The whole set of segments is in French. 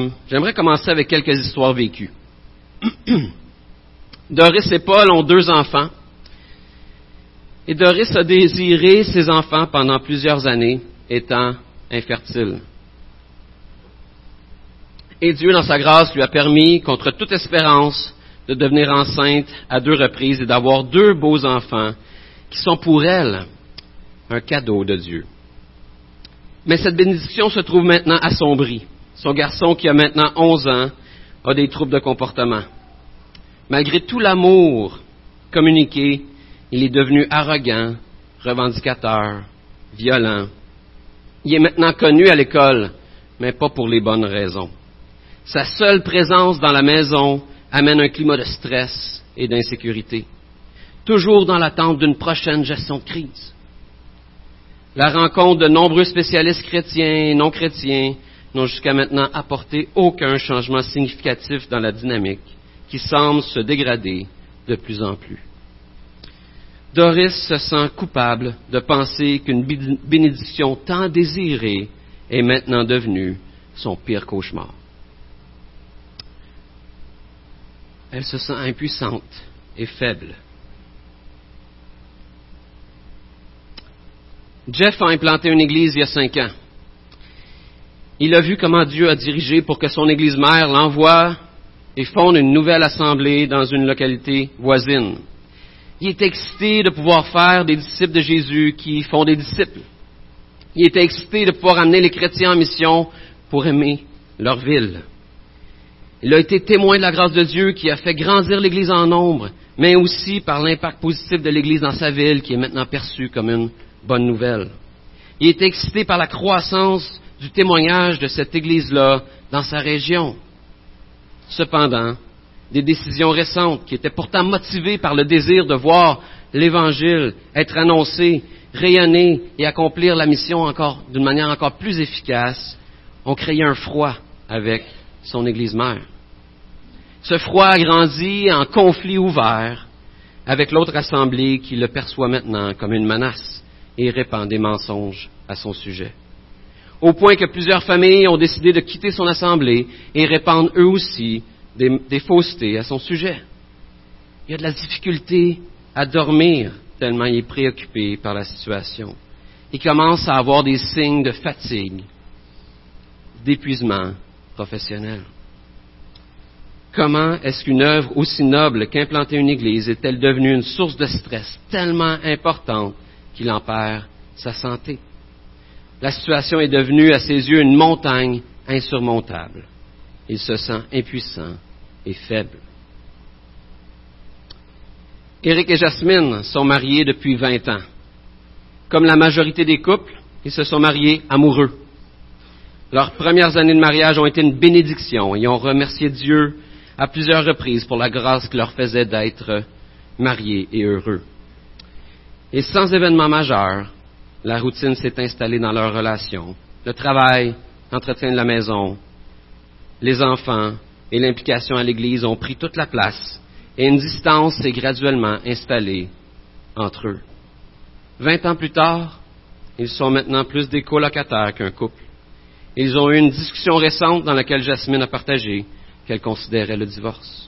j'aimerais commencer avec quelques histoires vécues. Doris et Paul ont 2 enfants. Et Doris a désiré ses enfants pendant plusieurs années, étant infertile. Et Dieu, dans sa grâce, lui a permis, contre toute espérance, de devenir enceinte à 2 reprises et d'avoir 2 beaux enfants qui sont pour elle un cadeau de Dieu. Mais cette bénédiction se trouve maintenant assombrie. Son garçon, qui a maintenant 11 ans, a des troubles de comportement. Malgré tout l'amour communiqué, il est devenu arrogant, revendicateur, violent. Il est maintenant connu à l'école, mais pas pour les bonnes raisons. Sa seule présence dans la maison amène un climat de stress et d'insécurité, toujours dans l'attente d'une prochaine gestion de crise. La rencontre de nombreux spécialistes chrétiens et non chrétiens n'ont jusqu'à maintenant apporté aucun changement significatif dans la dynamique qui semble se dégrader de plus en plus. Doris se sent coupable de penser qu'une bénédiction tant désirée est maintenant devenue son pire cauchemar. Elle se sent impuissante et faible. Jeff a implanté une église il y a 5 ans. Il a vu comment Dieu a dirigé pour que son église mère l'envoie et fonde une nouvelle assemblée dans une localité voisine. Il est excité de pouvoir faire des disciples de Jésus qui font des disciples. Il est excité de pouvoir amener les chrétiens en mission pour aimer leur ville. Il a été témoin de la grâce de Dieu qui a fait grandir l'Église en nombre, mais aussi par l'impact positif de l'Église dans sa ville qui est maintenant perçue comme une bonne nouvelle. Il est excité par la croissance du témoignage de cette Église-là dans sa région. Cependant, des décisions récentes qui étaient pourtant motivées par le désir de voir l'Évangile être annoncé, rayonner et accomplir la mission d'une manière encore plus efficace, ont créé un froid avec son Église mère. Ce froid a grandi en conflit ouvert avec l'autre assemblée qui le perçoit maintenant comme une menace et répand des mensonges à son sujet. Au point que plusieurs familles ont décidé de quitter son assemblée et répandent eux aussi des faussetés à son sujet. Il y a de la difficulté à dormir tellement il est préoccupé par la situation. Il commence à avoir des signes de fatigue, d'épuisement professionnel. Comment est-ce qu'une œuvre aussi noble qu'implanter une église est-elle devenue une source de stress tellement importante qu'il en perd sa santé? La situation est devenue à ses yeux une montagne insurmontable. Il se sent impuissant et faible. Éric et Jasmine sont mariés depuis 20 ans. Comme la majorité des couples, ils se sont mariés amoureux. Leurs premières années de mariage ont été une bénédiction et ont remercié Dieu à plusieurs reprises pour la grâce qu'il leur faisait d'être mariés et heureux. Et sans événement majeur, la routine s'est installée dans leur relation. Le travail, l'entretien de la maison, les enfants et l'implication à l'Église ont pris toute la place et une distance s'est graduellement installée entre eux. 20 ans plus tard, ils sont maintenant plus des colocataires qu'un couple. Ils ont eu une discussion récente dans laquelle Jasmine a partagé qu'elle considérait le divorce.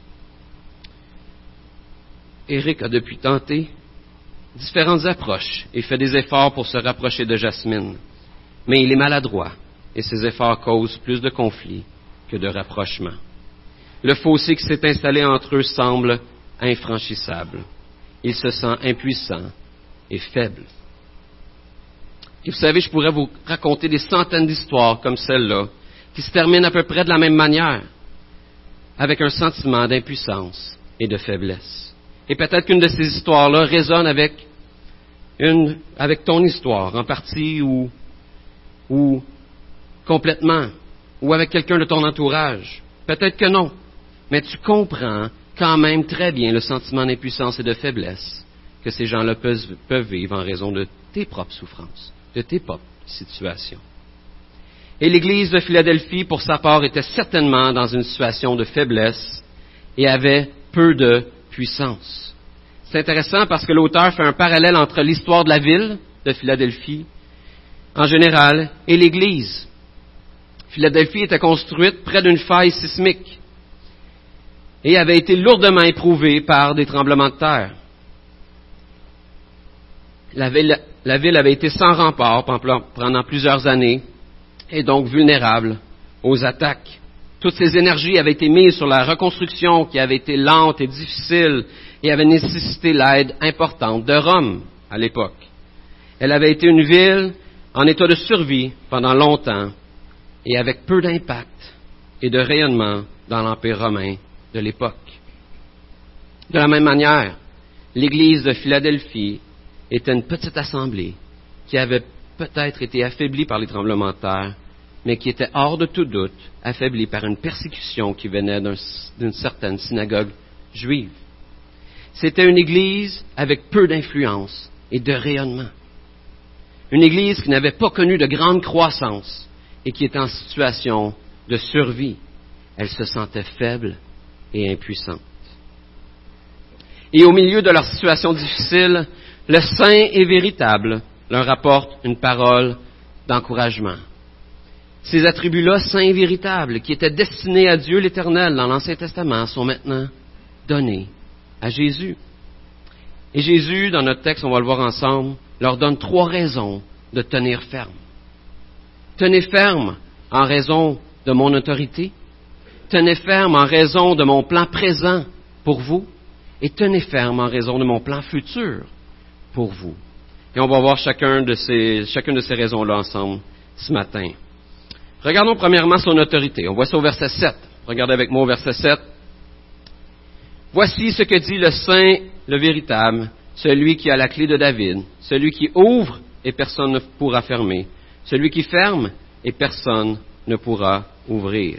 Éric a depuis tenté différentes approches et fait des efforts pour se rapprocher de Jasmine, mais il est maladroit et ses efforts causent plus de conflits que de rapprochement. Le fossé qui s'est installé entre eux semble infranchissable. Il se sent impuissant et faible. Et vous savez, je pourrais vous raconter des centaines d'histoires comme celle-là, qui se terminent à peu près de la même manière, avec un sentiment d'impuissance et de faiblesse. Et peut-être qu'une de ces histoires-là résonne avec ton histoire, en partie ou complètement, ou avec quelqu'un de ton entourage. Peut-être que non, mais tu comprends quand même très bien le sentiment d'impuissance et de faiblesse que ces gens-là peuvent vivre en raison de tes propres souffrances, de tes propres situations. Et l'Église de Philadelphie, pour sa part, était certainement dans une situation de faiblesse et avait peu de puissance. C'est intéressant parce que l'auteur fait un parallèle entre l'histoire de la ville de Philadelphie, en général, et l'Église. Philadelphie était construite près d'une faille sismique et avait été lourdement éprouvée par des tremblements de terre. La ville avait été sans rempart pendant plusieurs années et donc vulnérable aux attaques. Toutes ces énergies avaient été mises sur la reconstruction qui avait été lente et difficile et avait nécessité l'aide importante de Rome à l'époque. Elle avait été une ville en état de survie pendant longtemps et avec peu d'impact et de rayonnement dans l'Empire romain de l'époque. De la même manière, l'Église de Philadelphie était une petite assemblée qui avait peut-être été affaiblie par les tremblements de terre, mais qui était hors de tout doute affaiblie par une persécution qui venait d'une certaine synagogue juive. C'était une Église avec peu d'influence et de rayonnement. Une Église qui n'avait pas connu de grande croissance et qui était en situation de survie. Elle se sentait faible et impuissante. Et au milieu de leur situation difficile, le Saint et véritable leur apporte une parole d'encouragement. Ces attributs-là, saints et véritables, qui étaient destinés à Dieu l'Éternel dans l'Ancien Testament, sont maintenant donnés à Jésus. Et Jésus, dans notre texte, on va le voir ensemble, leur donne 3 raisons de tenir ferme. Tenez ferme en raison de mon autorité, tenez ferme en raison de mon plan présent pour vous, et tenez ferme en raison de mon plan futur pour vous. Et on va voir chacune de ces raisons-là ensemble ce matin. Regardons premièrement son autorité. On voit ça au verset 7. Regardez avec moi au verset 7. Voici ce que dit le Saint, le véritable, celui qui a la clé de David, celui qui ouvre et personne ne pourra fermer, celui qui ferme et personne ne pourra ouvrir.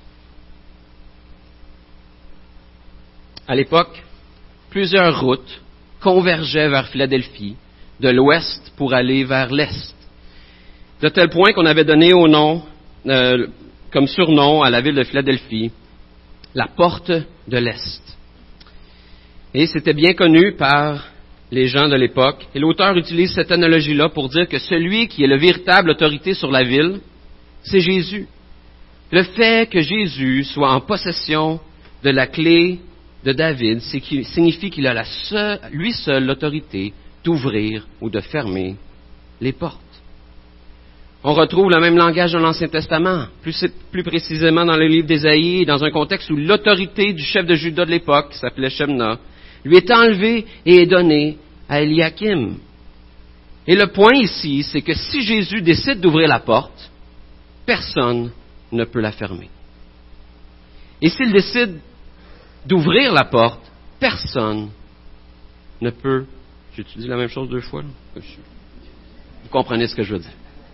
À l'époque, plusieurs routes convergeaient vers Philadelphie, de l'ouest pour aller vers l'est, de tel point qu'on avait donné comme surnom à la ville de Philadelphie, la porte de l'Est. Et c'était bien connu par les gens de l'époque. Et l'auteur utilise cette analogie-là pour dire que celui qui est le véritable autorité sur la ville, c'est Jésus. Le fait que Jésus soit en possession de la clé de David, signifie qu'il a lui seul l'autorité d'ouvrir ou de fermer les portes. On retrouve le même langage dans l'Ancien Testament, plus précisément dans le livre d'Ésaïe, dans un contexte où l'autorité du chef de Juda de l'époque, qui s'appelait Shemna, lui est enlevée et est donnée à Eliakim. Et le point ici, c'est que si Jésus décide d'ouvrir la porte, personne ne peut la fermer. Et s'il décide d'ouvrir la porte, personne ne peut... J'utilise la même chose 2 fois, là? Vous comprenez ce que je veux dire.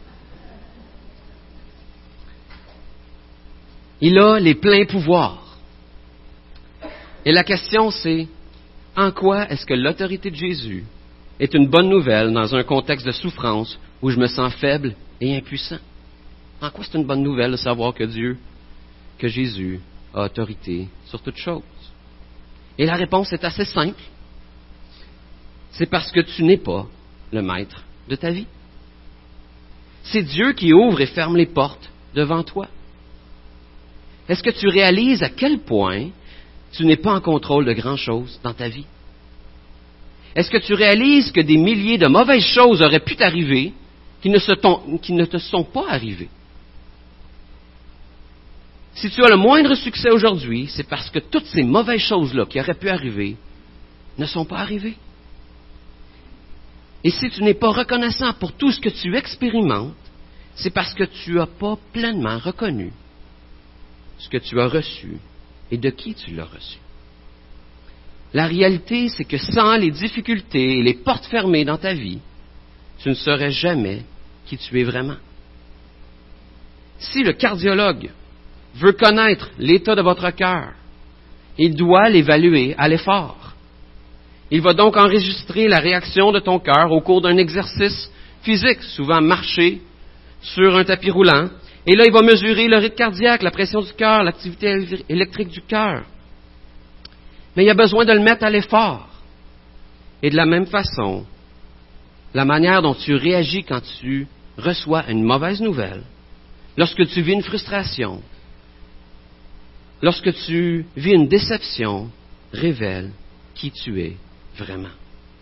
Il a les pleins pouvoirs. Et la question c'est, en quoi est-ce que l'autorité de Jésus est une bonne nouvelle dans un contexte de souffrance où je me sens faible et impuissant? En quoi c'est une bonne nouvelle de savoir que Jésus a autorité sur toutes choses? Et la réponse est assez simple. C'est parce que tu n'es pas le maître de ta vie. C'est Dieu qui ouvre et ferme les portes devant toi. Est-ce que tu réalises à quel point tu n'es pas en contrôle de grand-chose dans ta vie? Est-ce que tu réalises que des milliers de mauvaises choses auraient pu t'arriver qui ne te sont pas arrivées? Si tu as le moindre succès aujourd'hui, c'est parce que toutes ces mauvaises choses-là qui auraient pu arriver ne sont pas arrivées. Et si tu n'es pas reconnaissant pour tout ce que tu expérimentes, c'est parce que tu n'as pas pleinement reconnu ce que tu as reçu et de qui tu l'as reçu. La réalité, c'est que sans les difficultés et les portes fermées dans ta vie, tu ne saurais jamais qui tu es vraiment. Si le cardiologue veut connaître l'état de votre cœur, il doit l'évaluer à l'effort. Il va donc enregistrer la réaction de ton cœur au cours d'un exercice physique, souvent marcher sur un tapis roulant. Et là, il va mesurer le rythme cardiaque, la pression du cœur, l'activité électrique du cœur. Mais il y a besoin de le mettre à l'effort. Et de la même façon, la manière dont tu réagis quand tu reçois une mauvaise nouvelle lorsque tu vis une frustration, lorsque tu vis une déception, révèle qui tu es vraiment.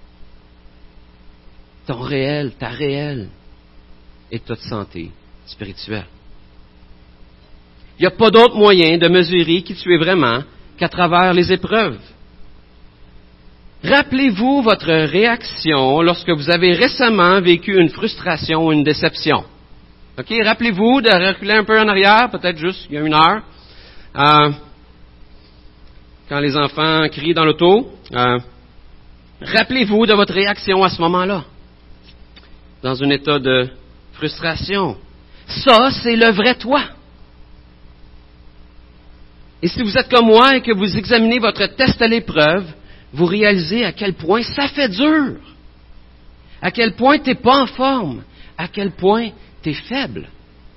Ta réelle état de santé spirituelle. Il n'y a pas d'autre moyen de mesurer qui tu es vraiment qu'à travers les épreuves. Rappelez-vous votre réaction lorsque vous avez récemment vécu une frustration ou une déception. OK? Rappelez-vous de reculer un peu en arrière, peut-être juste il y a 1 heure, quand les enfants crient dans l'auto. Rappelez-vous de votre réaction à ce moment-là, dans un état de frustration. Ça, c'est le vrai toi. Et si vous êtes comme moi et que vous examinez votre test à l'épreuve, vous réalisez à quel point ça fait dur, à quel point tu n'es pas en forme, à quel point tu es faible.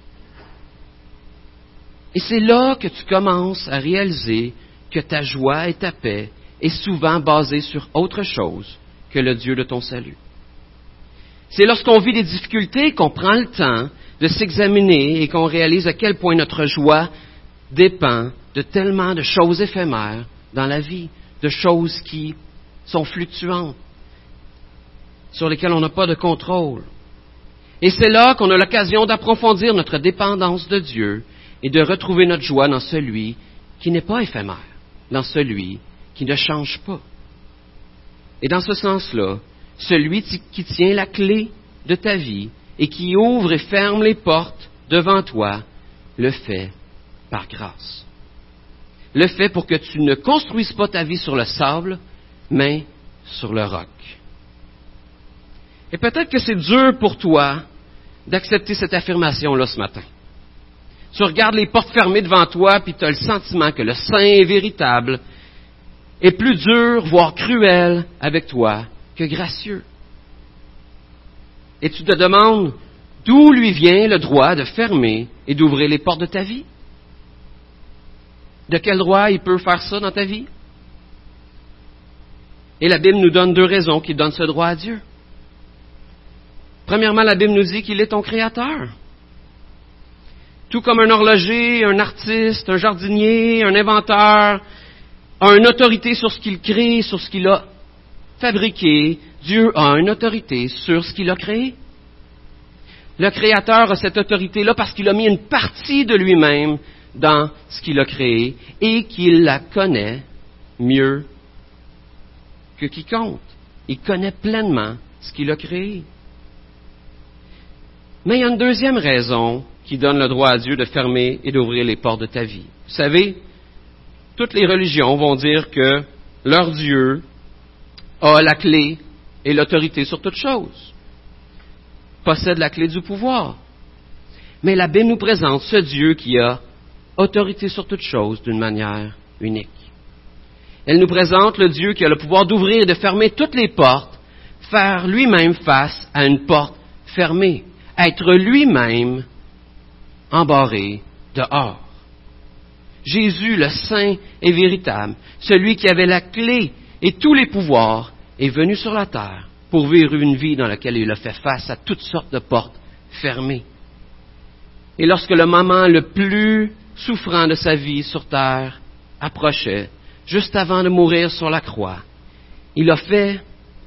Et c'est là que tu commences à réaliser que ta joie et ta paix est souvent basée sur autre chose que le Dieu de ton salut. C'est lorsqu'on vit des difficultés qu'on prend le temps de s'examiner et qu'on réalise à quel point notre joie dépend de tellement de choses éphémères dans la vie, de choses qui sont fluctuantes, sur lesquelles on n'a pas de contrôle. Et c'est là qu'on a l'occasion d'approfondir notre dépendance de Dieu et de retrouver notre joie dans celui qui n'est pas éphémère, dans celui qui ne change pas. Et dans ce sens-là, celui qui tient la clé de ta vie et qui ouvre et ferme les portes devant toi, le fait par grâce. Le fait pour que tu ne construises pas ta vie sur le sable, mais sur le roc. Et peut-être que c'est dur pour toi d'accepter cette affirmation-là ce matin. Tu regardes les portes fermées devant toi, puis tu as le sentiment que le saint est véritable, est plus dur, voire cruel avec toi que gracieux. Et tu te demandes d'où lui vient le droit de fermer et d'ouvrir les portes de ta vie. De quel droit il peut faire ça dans ta vie? Et la Bible nous donne 2 raisons qui donnent ce droit à Dieu. Premièrement, la Bible nous dit qu'il est ton créateur. Tout comme un horloger, un artiste, un jardinier, un inventeur a une autorité sur ce qu'il crée, sur ce qu'il a fabriqué, Dieu a une autorité sur ce qu'il a créé. Le Créateur a cette autorité-là parce qu'il a mis une partie de lui-même dans ce qu'il a créé et qu'il la connaît mieux que quiconque. Il connaît pleinement ce qu'il a créé. Mais il y a une deuxième raison qui donne le droit à Dieu de fermer et d'ouvrir les portes de ta vie. Vous savez, toutes les religions vont dire que leur Dieu a la clé et l'autorité sur toute chose, possède la clé du pouvoir. Mais la Bible nous présente ce Dieu qui a autorité sur toute chose d'une manière unique. Elle nous présente le Dieu qui a le pouvoir d'ouvrir et de fermer toutes les portes, faire lui-même face à une porte fermée, être lui-même embarré dehors. Jésus, le Saint et véritable, celui qui avait la clé et tous les pouvoirs, est venu sur la terre pour vivre une vie dans laquelle il a fait face à toutes sortes de portes fermées. Et lorsque le moment le plus souffrant de sa vie sur terre approchait, juste avant de mourir sur la croix, il a fait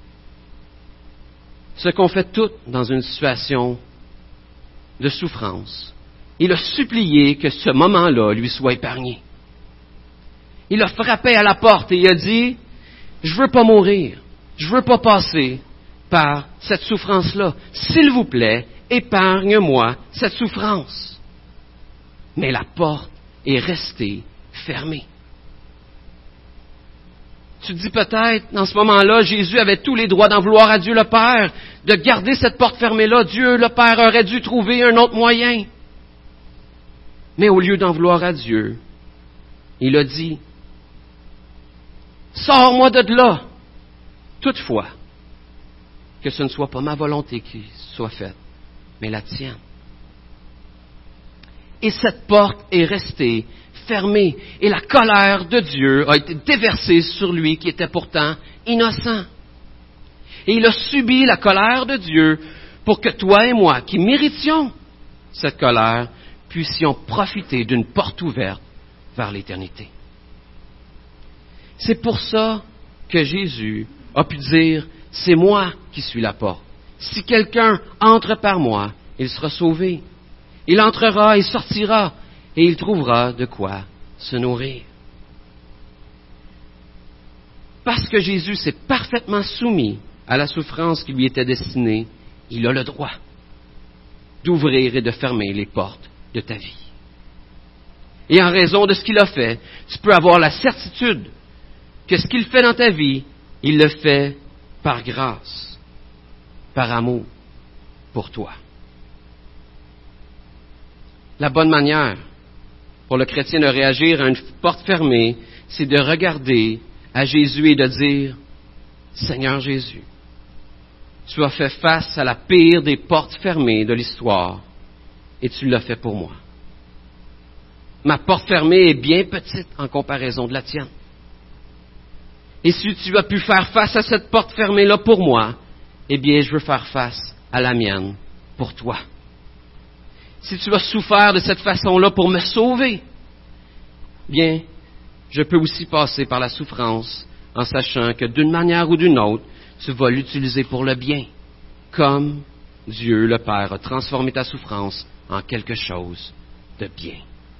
ce qu'on fait toutes dans une situation de souffrance. Il a supplié que ce moment-là lui soit épargné. Il a frappé à la porte et il a dit, « Je veux pas mourir, je veux pas passer par cette souffrance-là. S'il vous plaît, épargne-moi cette souffrance. » Mais la porte est restée fermée. Tu te dis peut-être, dans ce moment-là, Jésus avait tous les droits d'en vouloir à Dieu le Père, de garder cette porte fermée-là. Dieu le Père aurait dû trouver un autre moyen. Mais au lieu d'en vouloir à Dieu, il a dit, « Sors-moi de là, toutefois, que ce ne soit pas ma volonté qui soit faite, mais la tienne. » Et cette porte est restée fermée, et la colère de Dieu a été déversée sur lui qui était pourtant innocent. Et il a subi la colère de Dieu pour que toi et moi, qui méritions cette colère, puissions profiter d'une porte ouverte vers l'éternité. C'est pour ça que Jésus a pu dire, c'est moi qui suis la porte. Si quelqu'un entre par moi, il sera sauvé. Il entrera et sortira, et il trouvera de quoi se nourrir. Parce que Jésus s'est parfaitement soumis à la souffrance qui lui était destinée, il a le droit d'ouvrir et de fermer les portes de ta vie. Et en raison de ce qu'il a fait, tu peux avoir la certitude que ce qu'il fait dans ta vie, il le fait par grâce, par amour pour toi. La bonne manière pour le chrétien de réagir à une porte fermée, c'est de regarder à Jésus et de dire, Seigneur Jésus, tu as fait face à la pire des portes fermées de l'histoire et tu l'as fait pour moi. Ma porte fermée est bien petite en comparaison de la tienne. Et si tu as pu faire face à cette porte fermée-là pour moi, eh bien, je veux faire face à la mienne pour toi. Si tu as souffert de cette façon-là pour me sauver, bien, je peux aussi passer par la souffrance en sachant que d'une manière ou d'une autre, tu vas l'utiliser pour le bien, comme Dieu le Père a transformé ta souffrance en quelque chose de bien.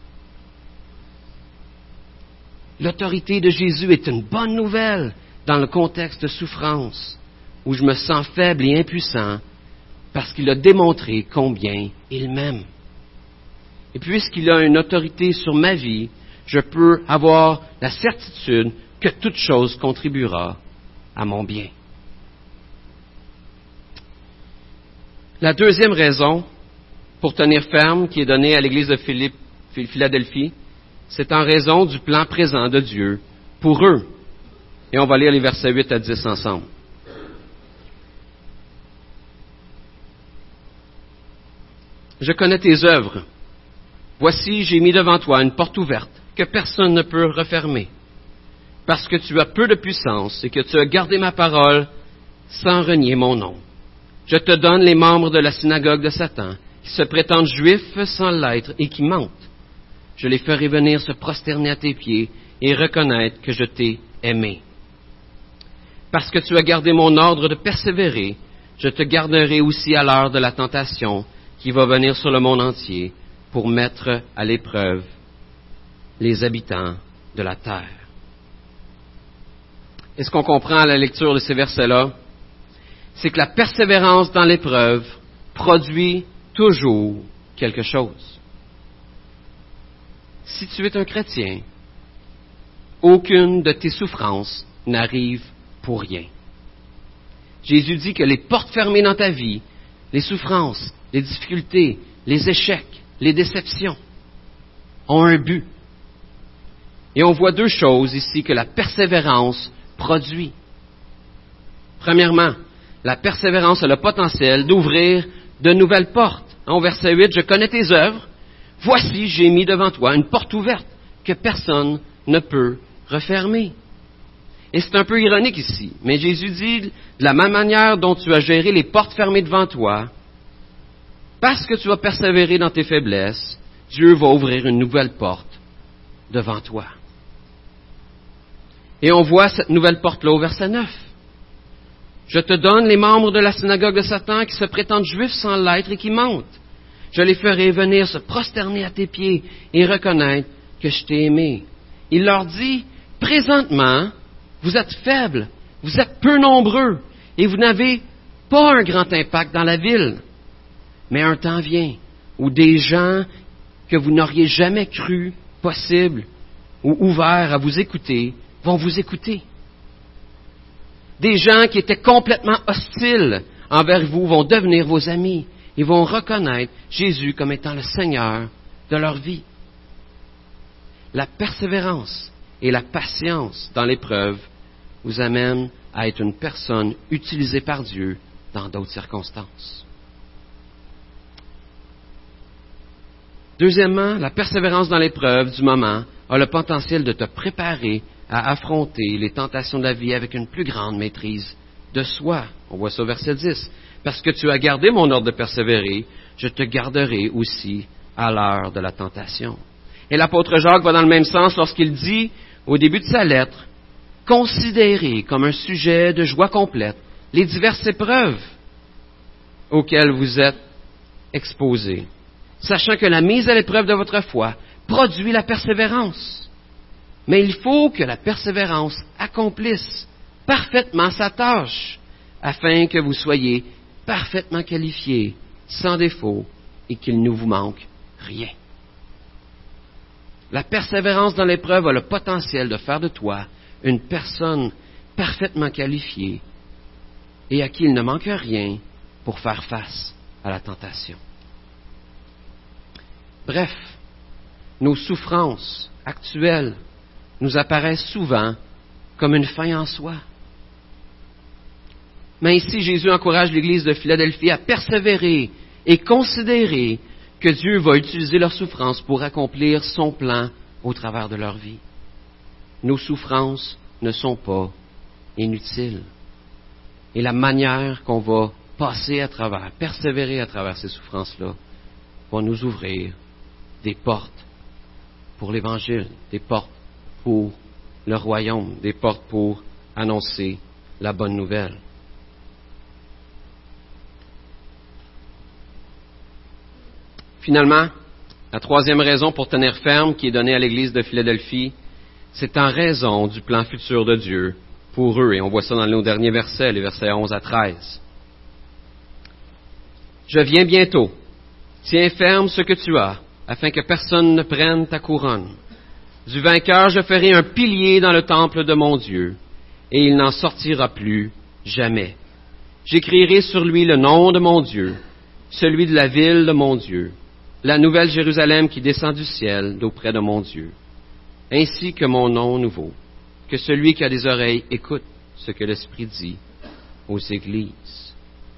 L'autorité de Jésus est une bonne nouvelle dans le contexte de souffrance, où je me sens faible et impuissant, parce qu'il a démontré combien il m'aime. Et puisqu'il a une autorité sur ma vie, je peux avoir la certitude que toute chose contribuera à mon bien. La deuxième raison pour tenir ferme qui est donnée à l'Église de Philadelphie, c'est en raison du plan présent de Dieu pour eux. Et on va lire les versets 8 à 10 ensemble. Je connais tes œuvres. Voici, j'ai mis devant toi une porte ouverte que personne ne peut refermer. Parce que tu as peu de puissance et que tu as gardé ma parole sans renier mon nom. Je te donne les membres de la synagogue de Satan, qui se prétendent juifs sans l'être et qui mentent. Je les ferai venir se prosterner à tes pieds et reconnaître que je t'ai aimé. Parce que tu as gardé mon ordre de persévérer, je te garderai aussi à l'heure de la tentation qui va venir sur le monde entier pour mettre à l'épreuve les habitants de la terre. Et ce qu'on comprend à la lecture de ces versets-là, c'est que la persévérance dans l'épreuve produit toujours quelque chose. Si tu es un chrétien, aucune de tes souffrances n'arrive pour rien. Jésus dit que les portes fermées dans ta vie, les souffrances, les difficultés, les échecs, les déceptions, ont un but. Et on voit deux choses ici que la persévérance produit. Premièrement, la persévérance a le potentiel d'ouvrir de nouvelles portes. Au verset 8, je connais tes œuvres. Voici, j'ai mis devant toi une porte ouverte que personne ne peut refermer. Et c'est un peu ironique ici, mais Jésus dit, de la même manière dont tu as géré les portes fermées devant toi, parce que tu as persévéré dans tes faiblesses, Dieu va ouvrir une nouvelle porte devant toi. Et on voit cette nouvelle porte-là au verset 9. Je te donne les membres de la synagogue de Satan qui se prétendent juifs sans l'être et qui mentent. Je les ferai venir se prosterner à tes pieds et reconnaître que je t'ai aimé. Il leur dit, présentement, vous êtes faibles, vous êtes peu nombreux et vous n'avez pas un grand impact dans la ville. Mais un temps vient où des gens que vous n'auriez jamais cru possible ou ouverts à vous écouter vont vous écouter. Des gens qui étaient complètement hostiles envers vous vont devenir vos amis et vont reconnaître Jésus comme étant le Seigneur de leur vie. La persévérance et la patience dans l'épreuve vous amènent à être une personne utilisée par Dieu dans d'autres circonstances. Deuxièmement, la persévérance dans l'épreuve du moment a le potentiel de te préparer à affronter les tentations de la vie avec une plus grande maîtrise de soi. On voit ça au verset 10. Parce que tu as gardé mon ordre de persévérer, je te garderai aussi à l'heure de la tentation. Et l'apôtre Jacques va dans le même sens lorsqu'il dit, au début de sa lettre, « Considérez comme un sujet de joie complète les diverses épreuves auxquelles vous êtes exposés, sachant que la mise à l'épreuve de votre foi produit la persévérance. Mais il faut que la persévérance accomplisse parfaitement sa tâche, afin que vous soyez parfaitement qualifiés, sans défaut, et qu'il ne vous manque rien. » La persévérance dans l'épreuve a le potentiel de faire de toi une personne parfaitement qualifiée et à qui il ne manque rien pour faire face à la tentation. Bref, nos souffrances actuelles nous apparaissent souvent comme une fin en soi. Mais ici, Jésus encourage l'Église de Philadelphie à persévérer et considérer que Dieu va utiliser leurs souffrances pour accomplir son plan au travers de leur vie. Nos souffrances ne sont pas inutiles. Et la manière qu'on va passer à travers, persévérer à travers ces souffrances-là, va nous ouvrir des portes pour l'Évangile, des portes pour le royaume, des portes pour annoncer la bonne nouvelle. Finalement, la troisième raison pour tenir ferme qui est donnée à l'Église de Philadelphie, c'est en raison du plan futur de Dieu pour eux. Et on voit ça dans nos derniers versets, les versets 11 à 13. « Je viens bientôt. Tiens ferme ce que tu as, afin que personne ne prenne ta couronne. Du vainqueur, je ferai un pilier dans le temple de mon Dieu, et il n'en sortira plus jamais. J'écrirai sur lui le nom de mon Dieu, celui de la ville de mon Dieu, la nouvelle Jérusalem qui descend du ciel d'auprès de mon Dieu, ainsi que mon nom nouveau. Que celui qui a des oreilles écoute ce que l'Esprit dit aux églises. »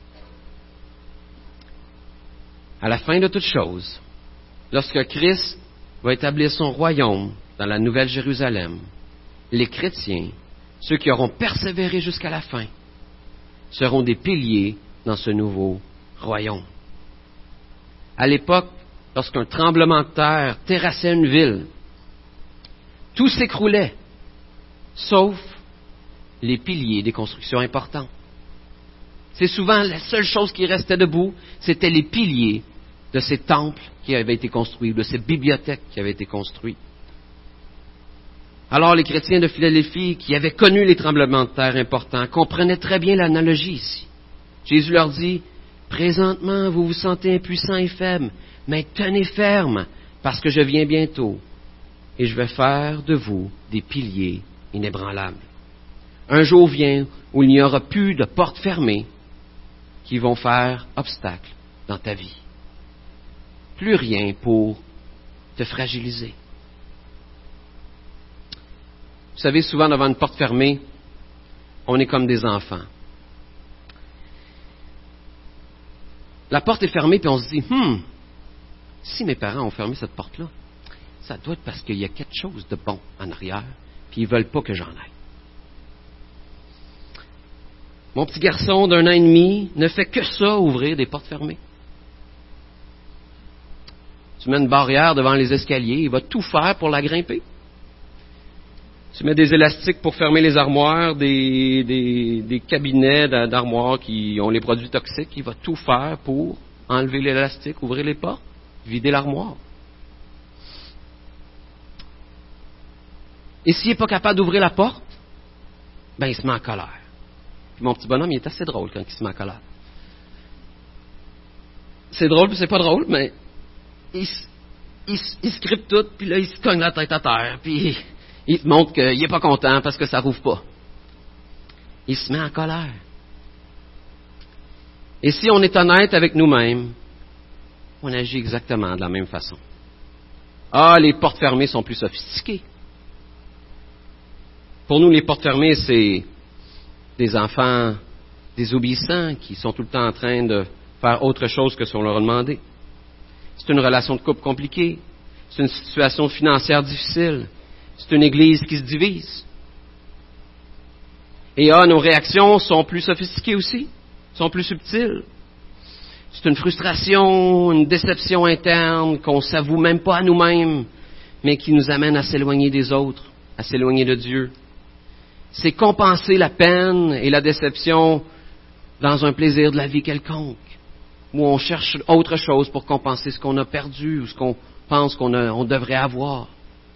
À la fin de toute chose, lorsque Christ va établir son royaume dans la nouvelle Jérusalem, les chrétiens, ceux qui auront persévéré jusqu'à la fin, seront des piliers dans ce nouveau royaume. À l'époque, lorsqu'un tremblement de terre terrassait une ville, tout s'écroulait, sauf les piliers des constructions importantes. C'est souvent la seule chose qui restait debout, c'était les piliers de ces temples qui avaient été construits, de ces bibliothèques qui avaient été construites. Alors les chrétiens de Philadelphie, qui avaient connu les tremblements de terre importants, comprenaient très bien l'analogie ici. Jésus leur dit, « Présentement, vous vous sentez impuissants et faibles, mais tenez ferme, parce que je viens bientôt, et je vais faire de vous des piliers inébranlables. Un jour vient où il n'y aura plus de portes fermées qui vont faire obstacle dans ta vie. Plus rien pour te fragiliser. » Vous savez, souvent devant une porte fermée, on est comme des enfants. La porte est fermée, puis on se dit, si mes parents ont fermé cette porte-là, ça doit être parce qu'il y a quelque chose de bon en arrière, puis ils ne veulent pas que j'en aille. Mon petit garçon d'1 an et demi ne fait que ça, ouvrir des portes fermées. Tu mets une barrière devant les escaliers, il va tout faire pour la grimper. Tu mets des élastiques pour fermer les armoires, des cabinets d'armoires qui ont les produits toxiques, il va tout faire pour enlever l'élastique, ouvrir les portes, vider l'armoire. Et s'il n'est pas capable d'ouvrir la porte, ben il se met en colère. Puis mon petit bonhomme, il est assez drôle quand il se met en colère. C'est drôle, puis c'est pas drôle, mais il se grippe tout, puis là, il se cogne la tête à terre, puis il te montre qu'il n'est pas content parce que ça rouvre pas. Il se met en colère. Et si on est honnête avec nous-mêmes, on agit exactement de la même façon. Ah, les portes fermées sont plus sophistiquées. Pour nous, les portes fermées, c'est des enfants désobéissants qui sont tout le temps en train de faire autre chose que ce qu'on leur a demandé. C'est une relation de couple compliquée. C'est une situation financière difficile. C'est une Église qui se divise. Et nos réactions sont plus sophistiquées aussi, sont plus subtiles. C'est une frustration, une déception interne qu'on ne s'avoue même pas à nous-mêmes, mais qui nous amène à s'éloigner des autres, à s'éloigner de Dieu. C'est compenser la peine et la déception dans un plaisir de la vie quelconque, où on cherche autre chose pour compenser ce qu'on a perdu ou ce qu'on pense on devrait avoir.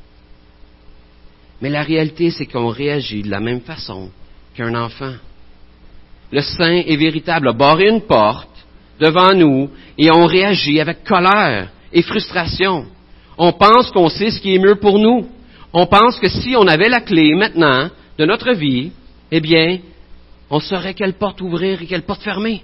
Mais la réalité, c'est qu'on réagit de la même façon qu'un enfant. Le saint et véritable a barré une porte devant nous et on réagit avec colère et frustration. On pense qu'on sait ce qui est mieux pour nous. On pense que si on avait la clé maintenant de notre vie, eh bien, on saurait quelle porte ouvrir et quelle porte fermer.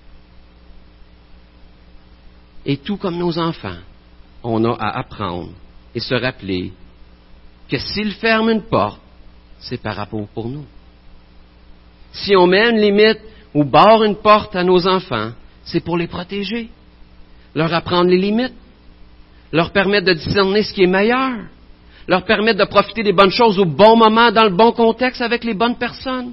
Et tout comme nos enfants, on a à apprendre et se rappeler que s'ils ferment une porte, c'est par rapport pour nous. Si on met une limite ou barre une porte à nos enfants, c'est pour les protéger, leur apprendre les limites, leur permettre de discerner ce qui est meilleur, leur permettre de profiter des bonnes choses au bon moment, dans le bon contexte, avec les bonnes personnes.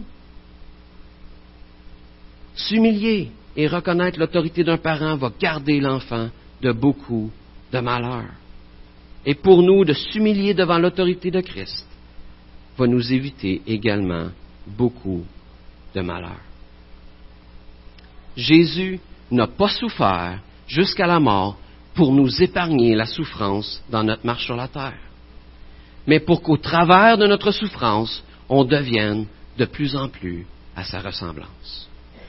S'humilier et reconnaître l'autorité d'un parent va garder l'enfant de beaucoup de malheur. Et pour nous, de s'humilier devant l'autorité de Christ va nous éviter également beaucoup de malheur. Jésus n'a pas souffert jusqu'à la mort pour nous épargner la souffrance dans notre marche sur la terre, mais pour qu'au travers de notre souffrance, on devienne de plus en plus à sa ressemblance.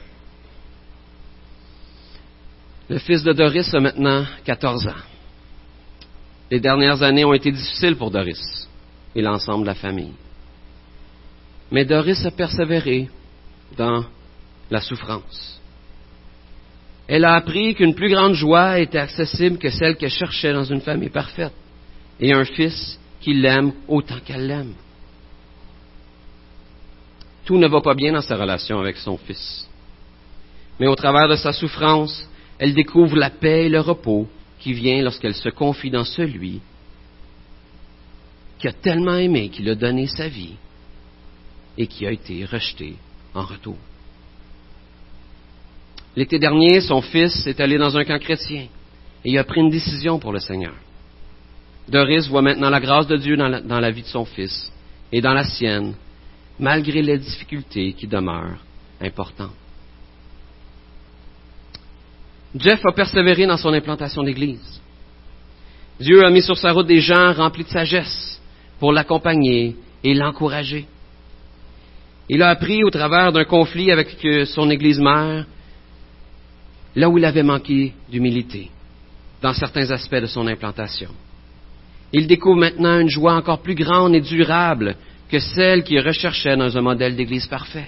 Le fils de Doris a maintenant 14 ans. Les dernières années ont été difficiles pour Doris et l'ensemble de la famille. Mais Doris a persévéré dans la souffrance. Elle a appris qu'une plus grande joie était accessible que celle qu'elle cherchait dans une famille parfaite et un fils qui l'aime autant qu'elle l'aime. Tout ne va pas bien dans sa relation avec son fils. Mais au travers de sa souffrance, elle découvre la paix et le repos qui vient lorsqu'elle se confie dans celui qui a tellement aimé, qu'il a donné sa vie et qui a été rejeté en retour. L'été dernier, son fils est allé dans un camp chrétien et il a pris une décision pour le Seigneur. Doris voit maintenant la grâce de Dieu dans la vie de son fils et dans la sienne, malgré les difficultés qui demeurent importantes. Jeff a persévéré dans son implantation d'église. Dieu a mis sur sa route des gens remplis de sagesse pour l'accompagner et l'encourager. Il a appris au travers d'un conflit avec son église mère, là où il avait manqué d'humilité, dans certains aspects de son implantation. Il découvre maintenant une joie encore plus grande et durable que celle qu'il recherchait dans un modèle d'église parfait.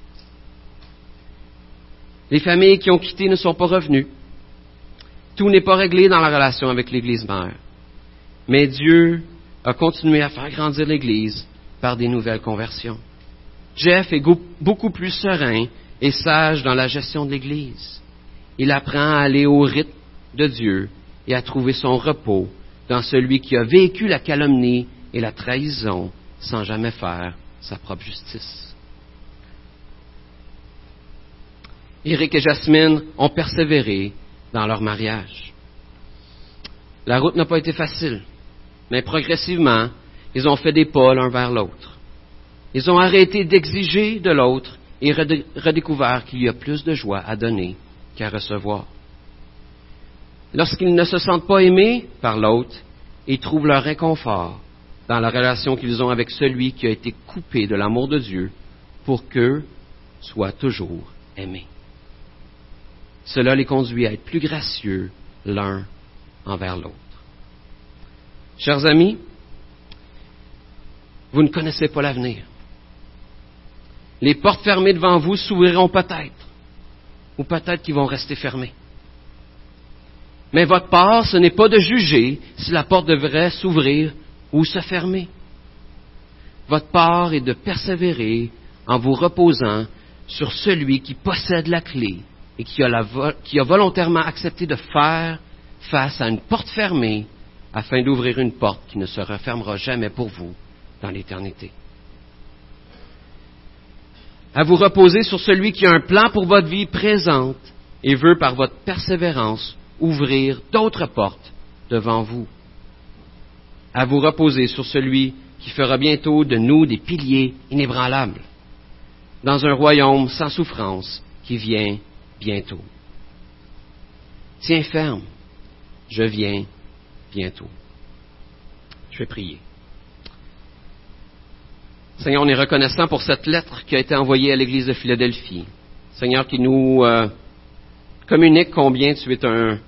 Les familles qui ont quitté ne sont pas revenues. Tout n'est pas réglé dans la relation avec l'Église mère. Mais Dieu a continué à faire grandir l'Église par des nouvelles conversions. Jeff est beaucoup plus serein et sage dans la gestion de l'Église. Il apprend à aller au rythme de Dieu et à trouver son repos dans celui qui a vécu la calomnie et la trahison sans jamais faire sa propre justice. Éric et Jasmine ont persévéré dans leur mariage. La route n'a pas été facile, mais progressivement, ils ont fait des pas l'un vers l'autre. Ils ont arrêté d'exiger de l'autre et redécouvert qu'il y a plus de joie à donner qu'à recevoir. Lorsqu'ils ne se sentent pas aimés par l'autre, ils trouvent leur réconfort dans la relation qu'ils ont avec celui qui a été coupé de l'amour de Dieu pour qu'eux soient toujours aimés. Cela les conduit à être plus gracieux l'un envers l'autre. Chers amis, vous ne connaissez pas l'avenir. Les portes fermées devant vous s'ouvriront peut-être, ou peut-être qu'ils vont rester fermées. Mais votre part, ce n'est pas de juger si la porte devrait s'ouvrir ou se fermer. Votre part est de persévérer en vous reposant sur celui qui possède la clé et qui a volontairement accepté de faire face à une porte fermée afin d'ouvrir une porte qui ne se refermera jamais pour vous dans l'éternité. À vous reposer sur celui qui a un plan pour votre vie présente et veut par votre persévérance ouvrir d'autres portes devant vous. À vous reposer sur celui qui fera bientôt de nous des piliers inébranlables, dans un royaume sans souffrance qui vient bientôt. Tiens ferme, je viens bientôt. Je vais prier. Seigneur, on est reconnaissant pour cette lettre qui a été envoyée à l'Église de Philadelphie. Seigneur, qui nous communique combien tu es un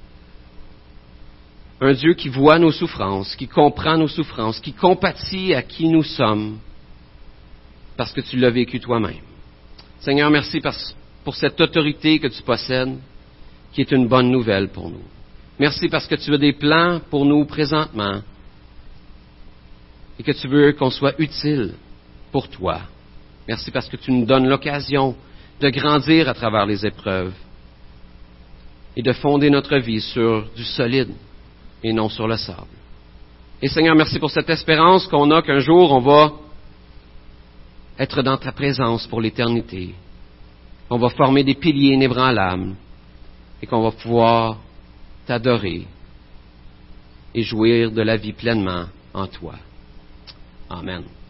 Dieu qui voit nos souffrances, qui comprend nos souffrances, qui compatit à qui nous sommes, parce que tu l'as vécu toi-même. Seigneur, merci pour cette autorité que tu possèdes, qui est une bonne nouvelle pour nous. Merci parce que tu as des plans pour nous présentement et que tu veux qu'on soit utile pour toi. Merci parce que tu nous donnes l'occasion de grandir à travers les épreuves et de fonder notre vie sur du solide et non sur le sable. Et Seigneur, merci pour cette espérance qu'on a qu'un jour on va être dans ta présence pour l'éternité. On va former des piliers inébranlables et qu'on va pouvoir t'adorer et jouir de la vie pleinement en toi. Amen.